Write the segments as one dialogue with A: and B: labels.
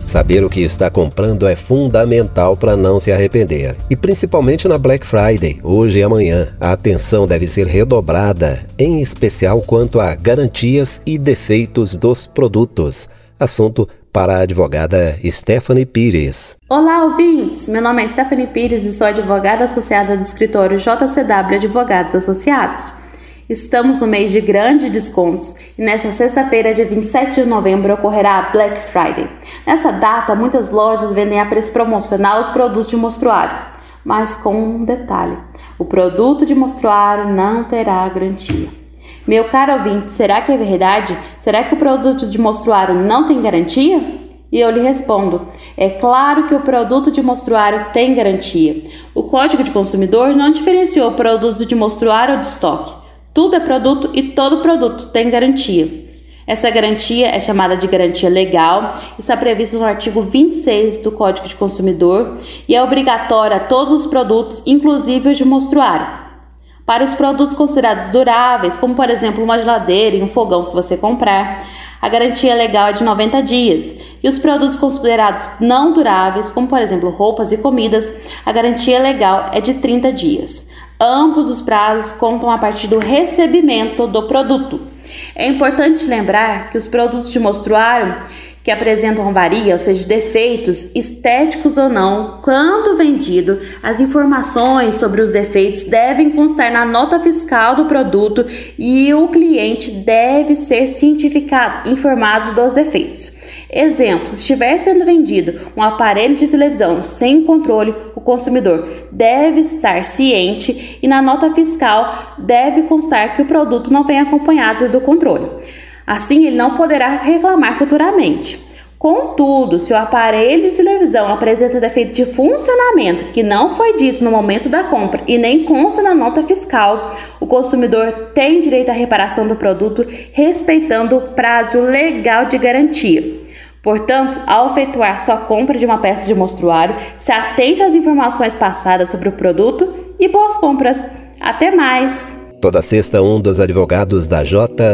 A: Saber o que está comprando é fundamental para não se arrepender. E principalmente na Black Friday, hoje e amanhã, a atenção deve ser redobrada, em especial quanto a garantias e defeitos dos produtos. Assunto para a advogada Stephanie Pires.
B: Olá, ouvintes! Meu nome é Stephanie Pires e sou advogada associada do escritório JCW Advogados Associados. Estamos no mês de grandes descontos e nesta sexta-feira, dia 27 de novembro, ocorrerá a Black Friday. Nessa data, muitas lojas vendem a preço promocional os produtos de mostruário, mas com um detalhe: o produto de mostruário não terá garantia. Meu caro ouvinte, será que é verdade? Será que o produto de mostruário não tem garantia? E eu lhe respondo, é claro que o produto de mostruário tem garantia. O Código de Consumidor não diferenciou produto de mostruário ou de estoque. Tudo é produto e todo produto tem garantia. Essa garantia é chamada de garantia legal, está prevista no artigo 26 do Código de Consumidor e é obrigatória a todos os produtos, inclusive os de mostruário. Para os produtos considerados duráveis, como por exemplo uma geladeira e um fogão que você comprar, a garantia legal é de 90 dias. E os produtos considerados não duráveis, como por exemplo roupas e comidas, a garantia legal é de 30 dias. Ambos os prazos contam a partir do recebimento do produto. É importante lembrar que os produtos de mostruário que apresentam avaria, ou seja, defeitos estéticos ou não, quando vendido, as informações sobre os defeitos devem constar na nota fiscal do produto e o cliente deve ser cientificado, informado dos defeitos. Exemplo, se estiver sendo vendido um aparelho de televisão sem controle, o consumidor deve estar ciente e na nota fiscal deve constar que o produto não vem acompanhado do controle. Assim, ele não poderá reclamar futuramente. Contudo, se o aparelho de televisão apresenta defeito de funcionamento que não foi dito no momento da compra e nem consta na nota fiscal, o consumidor tem direito à reparação do produto respeitando o prazo legal de garantia. Portanto, ao efetuar sua compra de uma peça de mostruário, se atente às informações passadas sobre o produto e boas compras. Até mais!
A: Toda sexta, um dos advogados da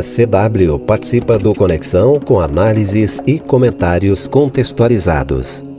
A: JCW participa do Conexão com análises e comentários contextualizados.